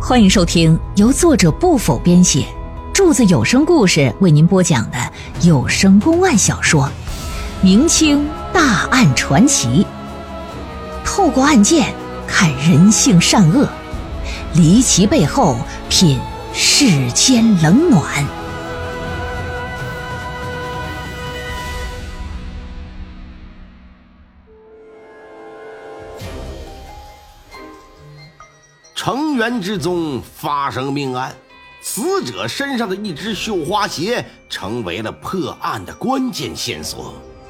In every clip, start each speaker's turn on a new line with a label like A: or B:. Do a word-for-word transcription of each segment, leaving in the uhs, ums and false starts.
A: 欢迎收听由作者不否编写，柱子有声故事为您播讲的有声公案小说《明清大案传奇》，透过案件看人性善恶，离奇背后品世间冷暖。
B: 成员之中发生命案，死者身上的一只绣花鞋成为了破案的关键线索。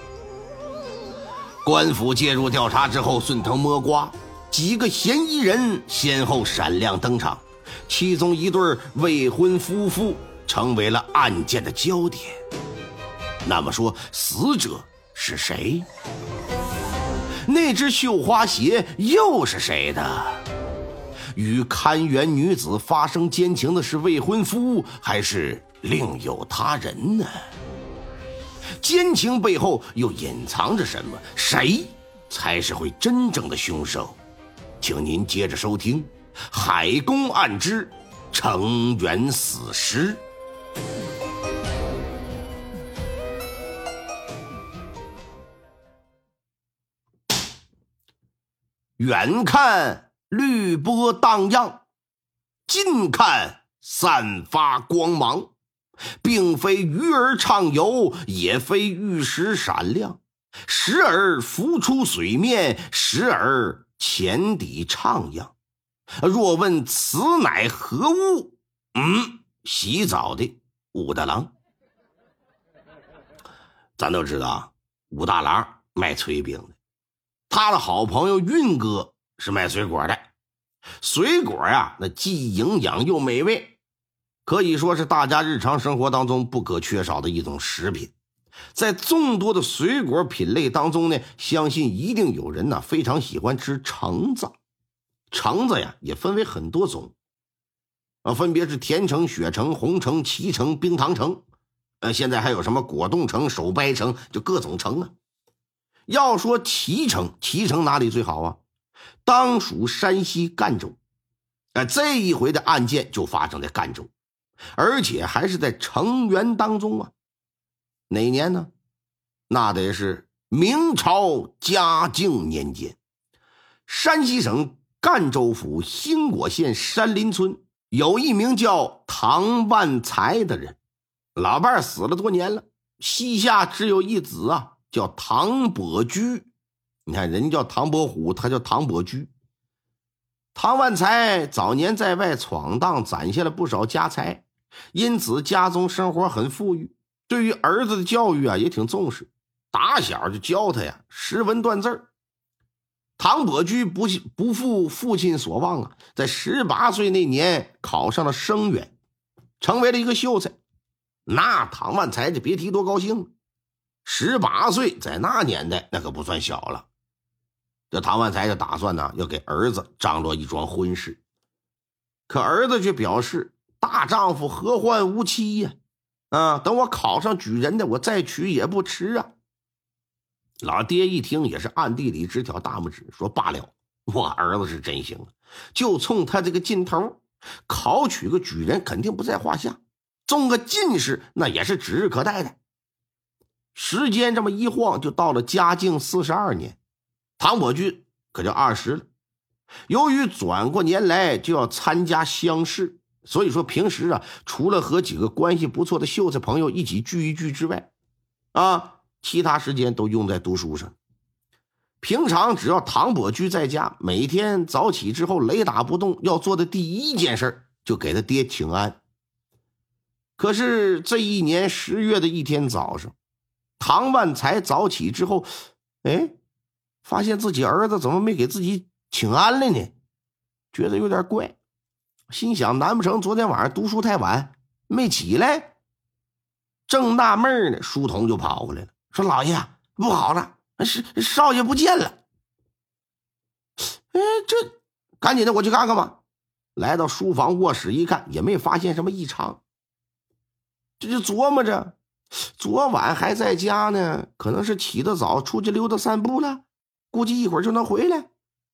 B: 官府介入调查之后，顺藤摸瓜，几个嫌疑人先后闪亮登场，其中一对未婚夫妇成为了案件的焦点。那么说，死者是谁？那只绣花鞋又是谁的？与看园女子发生奸情的是未婚夫，还是另有他人呢？奸情背后又隐藏着什么？谁才是会真正的凶手？请您接着收听《海公案之成员死尸》。远看绿波荡漾，近看散发光芒，并非鱼儿畅游，也非玉石闪亮，时而浮出水面，时而浅底徜徉。若问此乃何物？嗯，洗澡的武大郎。咱都知道武大郎卖炊饼的，他的好朋友运哥是卖水果的。水果呀，那既营养又美味，可以说是大家日常生活当中不可缺少的一种食品。在众多的水果品类当中呢，相信一定有人呢非常喜欢吃橙子。橙子呀也分为很多种啊，分别是甜橙、雪橙、红橙、脐橙、冰糖橙，呃，现在还有什么果冻橙、手掰橙，就各种橙啊。要说脐橙，脐橙哪里最好啊？当属山西赣州，呃，这一回的案件就发生在赣州，而且还是在成员当中啊。哪年呢？那得是明朝嘉靖年间，山西省赣州府兴果县山林村有一名叫唐万才的人，老伴死了多年了，膝下只有一子啊，叫唐伯驹。你看人叫唐伯虎，他叫唐伯驹。唐万才早年在外闯荡，攒下了不少家财，因此家中生活很富裕，对于儿子的教育啊也挺重视，打小就教他呀识文断字。唐伯驹不不负父亲所望啊，在十八岁那年考上了生员，成为了一个秀才。那唐万才就别提多高兴了，十八岁在那年代那可不算小了。这唐万才就打算呢要给儿子张罗一桩婚事，可儿子却表示大丈夫何患无妻呀、啊？啊，等我考上举人的，我再娶也不迟啊。老爹一听也是暗地里直挑大拇指，说罢了，我儿子是真行啊，就冲他这个劲头，考取个举人肯定不在话下，中个进士那也是指日可待的。时间这么一晃，就到了嘉靖四十二年，唐伯驹可就二十了。由于转过年来就要参加乡试，所以说平时啊，除了和几个关系不错的秀才朋友一起聚一聚之外，啊，其他时间都用在读书上。平常只要唐伯驹在家，每天早起之后雷打不动，要做的第一件事就给他爹请安。可是这一年十月的一天早上，唐万才早起之后，哎，发现自己儿子怎么没给自己请安了呢？觉得有点怪，心想难不成昨天晚上读书太晚没起来？正纳闷呢，书童就跑过来了，说老爷不好了，是少爷不见了。哎，这赶紧的我去看看吧。来到书房卧室一看，也没发现什么异常，这就琢磨着昨晚还在家呢，可能是起得早出去溜达散步了，估计一会儿就能回来。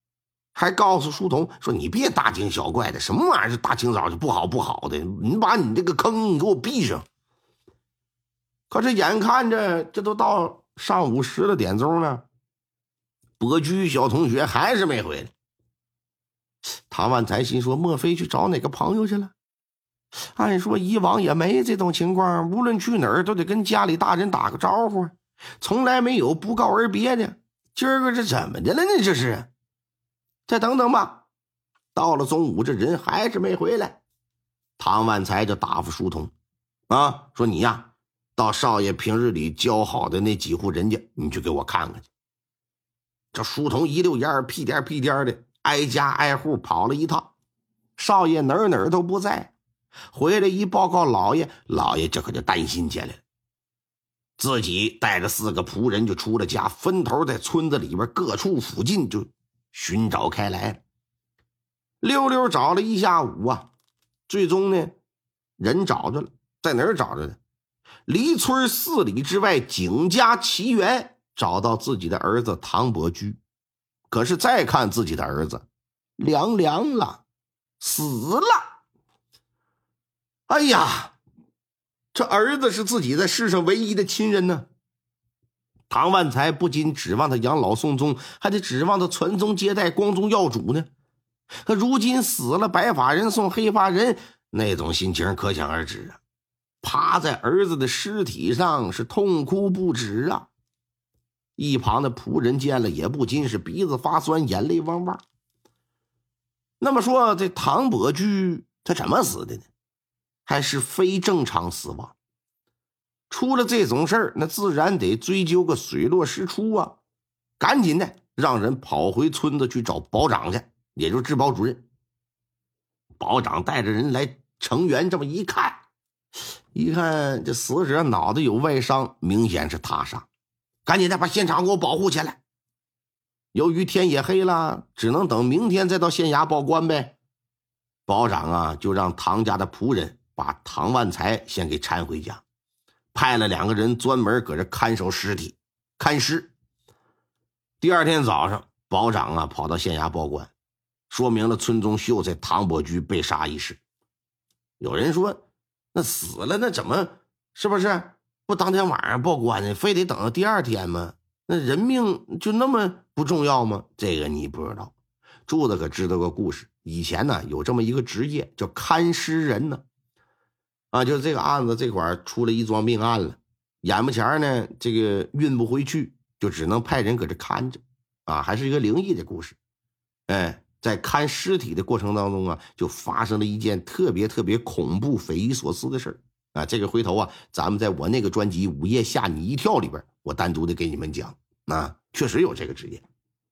B: 还告诉书童说：“你别大惊小怪的，什么玩意儿大清早就不好不好的，你把你这个坑给我闭上。”可是眼看着这都到上午十了点钟了，伯驹小同学还是没回来。唐万才心说：莫非去找哪个朋友去了？按说以往也没这种情况，无论去哪儿都得跟家里大人打个招呼，从来没有不告而别的。今儿个这怎么的了呢？这是，再等等吧。到了中午，这人还是没回来。唐万才就答复书童啊，说你呀，到少爷平日里交好的那几户人家，你去给我看看去。这书童一溜烟屁颠屁颠的挨家挨户跑了一趟，少爷哪儿哪儿都不在。回来一报告老爷，老爷这可就担心起来了，自己带着四个仆人就出了家，分头在村子里边各处附近就寻找开来了。溜溜找了一下午啊，最终呢人找着了。在哪儿找着的？离村四里之外景家奇园找到自己的儿子唐伯驹。可是再看自己的儿子，凉凉了，死了。哎呀，这儿子是自己在世上唯一的亲人呢。唐万才不仅指望他养老送终，还得指望他传宗接代光宗耀祖呢。可如今死了，白发人送黑发人，那种心情可想而知啊。趴在儿子的尸体上是痛哭不止啊。一旁的仆人见了也不禁是鼻子发酸，眼泪汪汪。那么说这唐伯驹他怎么死的呢？还是非正常死亡。出了这种事儿，那自然得追究个水落石出啊。赶紧的让人跑回村子去找保长去，也就是治保主任。保长带着人来成员，这么一看，一看这死者脑袋有外伤，明显是他杀。赶紧的把现场给我保护起来。由于天也黑了，只能等明天再到县衙报官呗。保长啊就让唐家的仆人把唐万才先给搀回家，派了两个人专门搁这看守尸体看尸。第二天早上，保长啊跑到县衙报官，说明了村中秀才唐伯驹被杀一事。有人说那死了那怎么是不是不当天晚上报官呢？非得等到第二天吗？那人命就那么不重要吗？这个你不知道。柱子可知道个故事，以前呢有这么一个职业叫看尸人呢。啊，就是这个案子这块出了一桩命案了，眼巴前呢这个运不回去，就只能派人搁这看着啊，还是一个灵异的故事。哎，在看尸体的过程当中啊，就发生了一件特别特别恐怖匪夷所思的事儿啊。这个回头啊咱们在我那个专辑《午夜吓你一跳》里边我单独的给你们讲啊，确实有这个职业。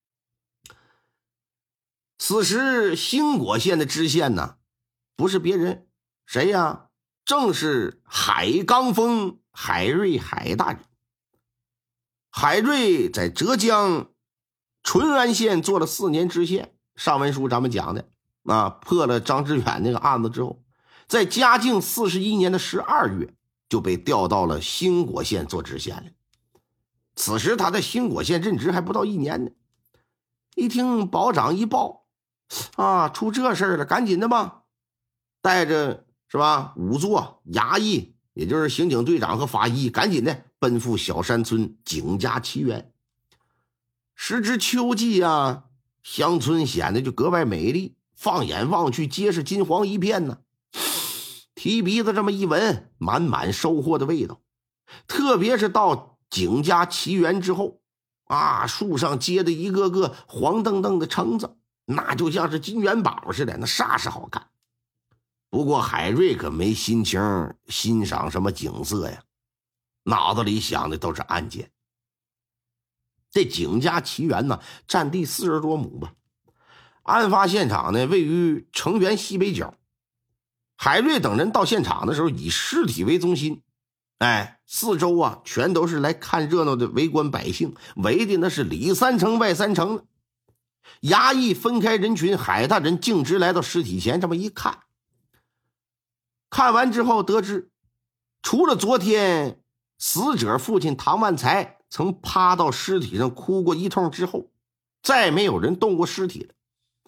B: 此时兴国县的知县呢不是别人，谁呀？正是海刚峰海瑞海大人。海瑞在浙江淳安县做了四年知县，上文书咱们讲的啊，破了张志远那个案子之后，在嘉靖四十一年的十二月就被调到了兴国县做知县了。此时他在兴国县任职还不到一年呢。一听保长一报啊，出这事儿了，赶紧的吧，带着是吧仵作衙役，也就是刑警队长和法医，赶紧的奔赴小山村景家奇园。时值秋季啊，乡村显得就格外美丽，放眼望去皆是金黄一片呢。提鼻子这么一闻，满满收获的味道。特别是到景家奇园之后啊，树上结的一个个黄澄澄的橙子，那就像是金元宝似的，那煞是好看。不过海瑞可没心情欣赏什么景色呀，脑子里想的都是案件。这景家奇园呢，占地四十多亩吧。案发现场呢，位于城垣西北角。海瑞等人到现场的时候，以尸体为中心，哎，四周啊，全都是来看热闹的围观百姓，围的那是里三层外三层的。衙役分开人群，海大人径直来到尸体前，这么一看，看完之后得知，除了昨天死者父亲唐万才曾趴到尸体上哭过一通之后，再没有人动过尸体了。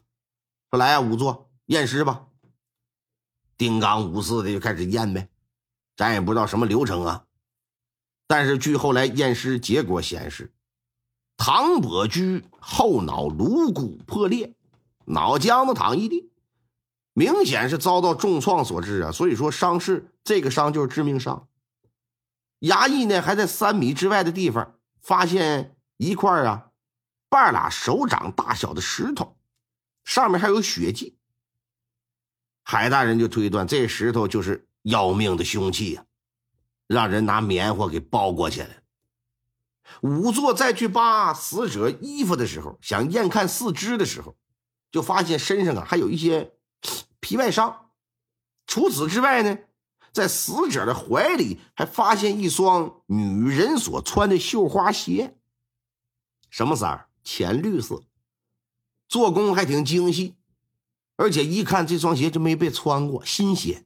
B: 说来啊，仵作验尸吧。丁刚五四的就开始验呗，咱也不知道什么流程啊。但是据后来验尸结果显示，唐伯驹后脑颅骨破裂，脑浆子淌一地，明显是遭到重创所致啊。所以说伤势这个伤就是致命伤。衙役呢还在三米之外的地方发现一块啊半拉手掌大小的石头，上面还有血迹。海大人就推断这石头就是要命的凶器啊，让人拿棉花给包裹起来。仵作再去扒死者衣服的时候，想验看四肢的时候，就发现身上啊还有一些皮外伤。除此之外呢，在死者的怀里还发现一双女人所穿的绣花鞋，什么色儿？浅绿色，做工还挺精细，而且一看这双鞋就没被穿过，新鞋。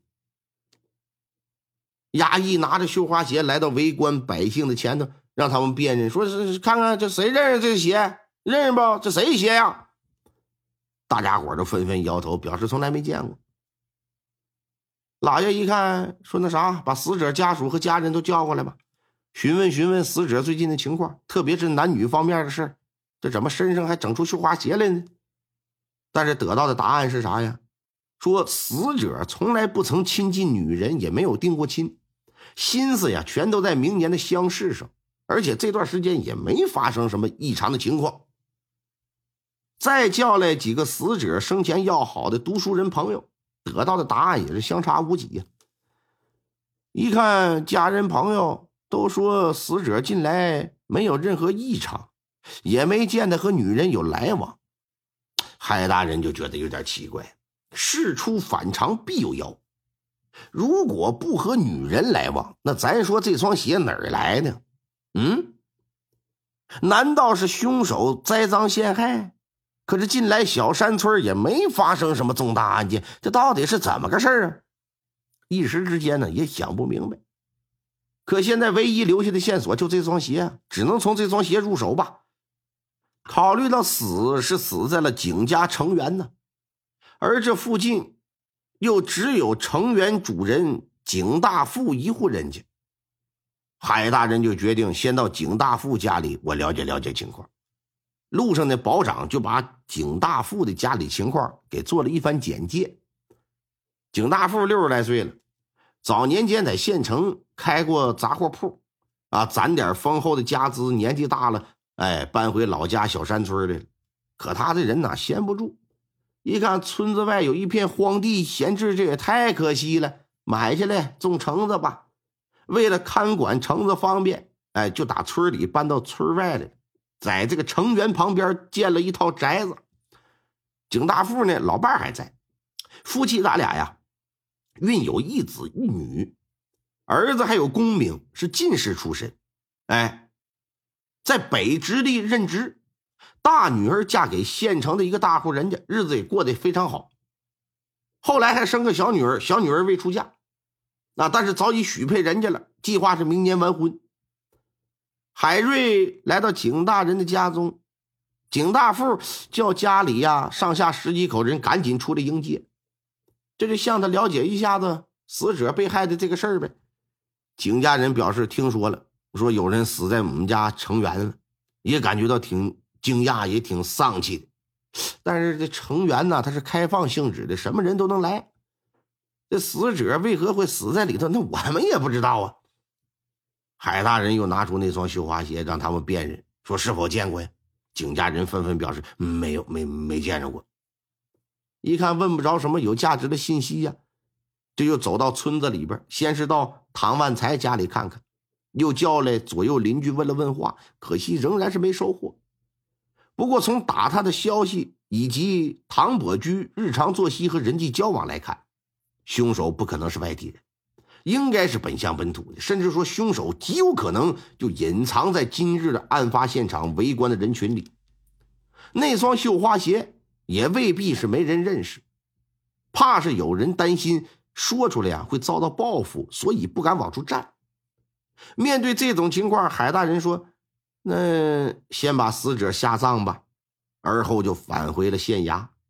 B: 衙役拿着绣花鞋来到围观百姓的前头，让他们辨认，说是看看这谁认识这鞋，认识不？这谁鞋呀？大家伙都纷纷摇头，表示从来没见过。老爷一看，说那啥，把死者家属和家人都叫过来吧，询问询问死者最近的情况，特别是男女方面的事，这怎么身上还整出绣花鞋来呢？但是得到的答案是啥呀？说死者从来不曾亲近女人，也没有定过亲，心思呀全都在明年的乡试上，而且这段时间也没发生什么异常的情况。再叫来几个死者生前要好的读书人朋友，得到的答案也是相差无几呀。一看家人朋友都说死者近来没有任何异常，也没见他和女人有来往，海大人就觉得有点奇怪，事出反常必有妖。如果不和女人来往，那咱说这双鞋哪儿来的？嗯，难道是凶手栽赃陷害？可是近来小山村也没发生什么重大案件，这到底是怎么个事儿啊？一时之间呢也想不明白。可现在唯一留下的线索就这双鞋，只能从这双鞋入手吧。考虑到死是死在了景家成员呢，而这附近又只有成员主人景大富一户人家，海大人就决定先到景大富家里我了解了解情况。路上的保长就把景大富的家里情况给做了一番简介。景大富六十来岁了，早年间在县城开过杂货铺啊，攒点丰厚的家资，年纪大了，哎，搬回老家小山村来了。可他这人哪闲不住，一看村子外有一片荒地闲置，这也太可惜了，买下来种橙子吧。为了看管橙子方便，哎，就打村里搬到村外来了，在这个城垣旁边建了一套宅子。景大富呢，老伴还在，夫妻咱俩呀，孕有一子一女，儿子还有功名，是进士出身，哎，在北直隶任职。大女儿嫁给县城的一个大户人家，日子也过得非常好。后来还生个小女儿，小女儿未出嫁，那但是早已许配人家了，计划是明年完婚。海瑞来到景大人的家中，景大富叫家里呀上下十几口人赶紧出来迎接，这就向他了解一下子死者被害的这个事儿呗。景家人表示听说了，说有人死在我们家成员了，也感觉到挺惊讶，也挺丧气的。但是这成员呢，它是开放性质的，什么人都能来。这死者为何会死在里头，那我们也不知道啊。海大人又拿出那双绣花鞋让他们辨认，说是否见过呀？景家人纷纷表示没有，没没见着过。一看问不着什么有价值的信息呀，就又走到村子里边，先是到唐万才家里看看，又叫来左右邻居问了问话，可惜仍然是没收获。不过从打他的消息以及唐伯驹日常作息和人际交往来看，凶手不可能是外地人，应该是本乡本土的，甚至说凶手极有可能就隐藏在今日的案发现场围观的人群里。那双绣花鞋也未必是没人认识，怕是有人担心说出来呀、啊、会遭到报复，所以不敢往出站。面对这种情况，海大人说，那先把死者下葬吧，而后就返回了县衙。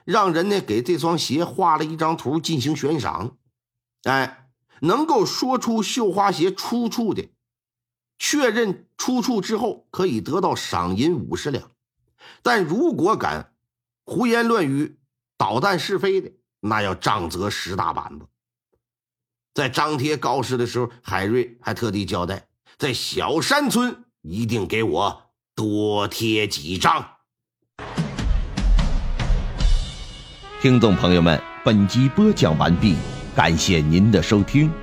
B: 让人呢给这双鞋画了一张图进行悬赏。哎，能够说出绣花鞋出处的，确认出处之后可以得到赏银五十两，但如果敢胡言乱语捣蛋是非的，那要杖责十大板子。在张贴告示的时候，海瑞还特地交代，在小山村一定给我多贴几张。
C: 听众朋友们，本集播讲完毕，感谢您的收听。